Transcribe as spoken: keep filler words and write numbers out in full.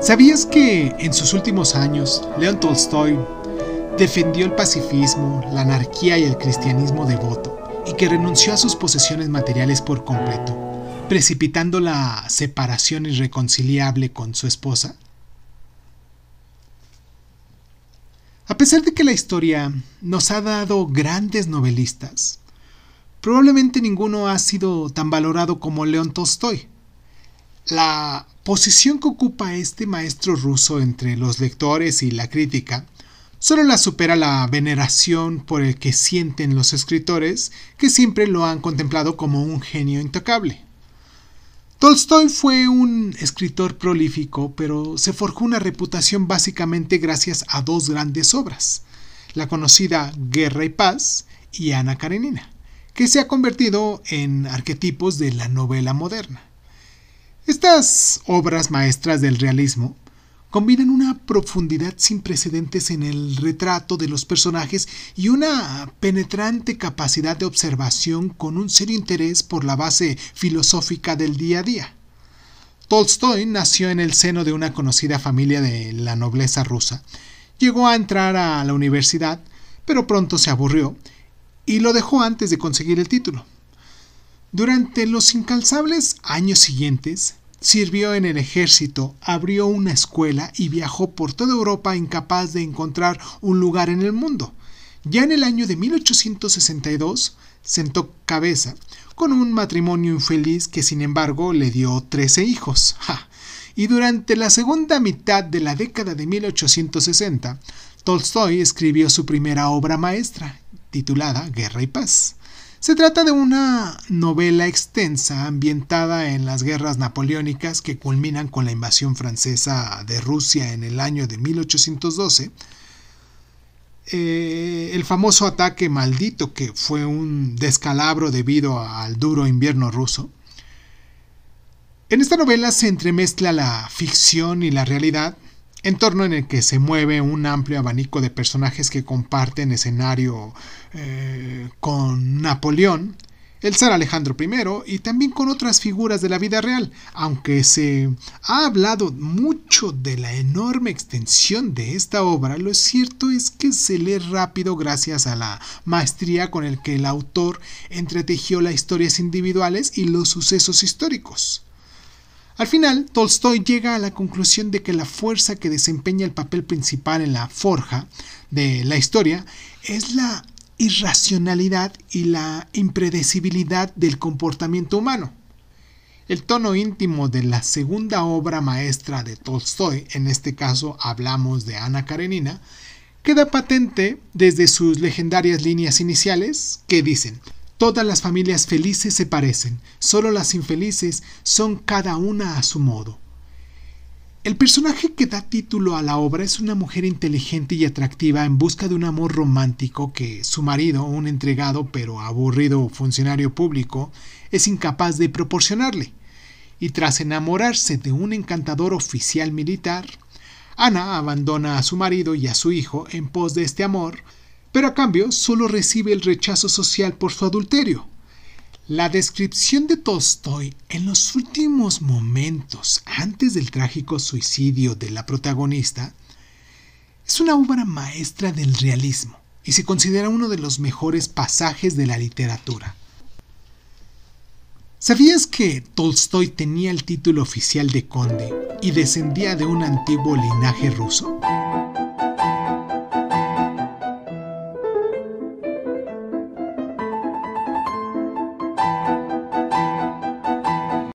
¿Sabías que en sus últimos años León Tolstói defendió el pacifismo, la anarquía y el cristianismo devoto, y que renunció a sus posesiones materiales por completo, precipitando la separación irreconciliable con su esposa? A pesar de que la historia nos ha dado grandes novelistas, probablemente ninguno ha sido tan valorado como León Tolstói. La posición que ocupa este maestro ruso entre los lectores y la crítica solo la supera la veneración por el que sienten los escritores, que siempre lo han contemplado como un genio intocable. Tolstói fue un escritor prolífico, pero se forjó una reputación básicamente gracias a dos grandes obras, la conocida Guerra y Paz y Ana Karenina, que se ha convertido en arquetipos de la novela moderna. Estas obras maestras del realismo combinan una profundidad sin precedentes en el retrato de los personajes y una penetrante capacidad de observación con un serio interés por la base filosófica del día a día. Tolstói nació en el seno de una conocida familia de la nobleza rusa. Llegó a entrar a la universidad, pero pronto se aburrió y lo dejó antes de conseguir el título. Durante los incansables años siguientes, sirvió en el ejército, abrió una escuela y viajó por toda Europa incapaz de encontrar un lugar en el mundo. Ya en el año de mil ochocientos sesenta y dos sentó cabeza con un matrimonio infeliz que sin embargo le dio trece hijos. ¡Ja! Y durante la segunda mitad de la década de mil ochocientos sesenta, Tolstói escribió su primera obra maestra, titulada Guerra y Paz. Se trata de una novela extensa ambientada en las guerras napoleónicas que culminan con la invasión francesa de Rusia en el año de mil ochocientos doce. Eh, el famoso ataque maldito, que fue un descalabro debido al duro invierno ruso. En esta novela se entremezcla la ficción y la realidad, entorno en el que se mueve un amplio abanico de personajes que comparten escenario eh, con Napoleón, el zar Alejandro primero y también con otras figuras de la vida real. Aunque se ha hablado mucho de la enorme extensión de esta obra, lo cierto es que se lee rápido gracias a la maestría con el que el autor entretejió las historias individuales y los sucesos históricos. Al final, Tolstói llega a la conclusión de que la fuerza que desempeña el papel principal en la forja de la historia es la irracionalidad y la impredecibilidad del comportamiento humano. El tono íntimo de la segunda obra maestra de Tolstói, en este caso hablamos de Ana Karenina, queda patente desde sus legendarias líneas iniciales que dicen: todas las familias felices se parecen, solo las infelices son cada una a su modo. El personaje que da título a la obra es una mujer inteligente y atractiva en busca de un amor romántico que su marido, un entregado pero aburrido funcionario público, es incapaz de proporcionarle. Y tras enamorarse de un encantador oficial militar, Ana abandona a su marido y a su hijo en pos de este amor, pero a cambio solo recibe el rechazo social por su adulterio. La descripción de Tolstói en los últimos momentos antes del trágico suicidio de la protagonista es una obra maestra del realismo y se considera uno de los mejores pasajes de la literatura. ¿Sabías que Tolstói tenía el título oficial de conde y descendía de un antiguo linaje ruso?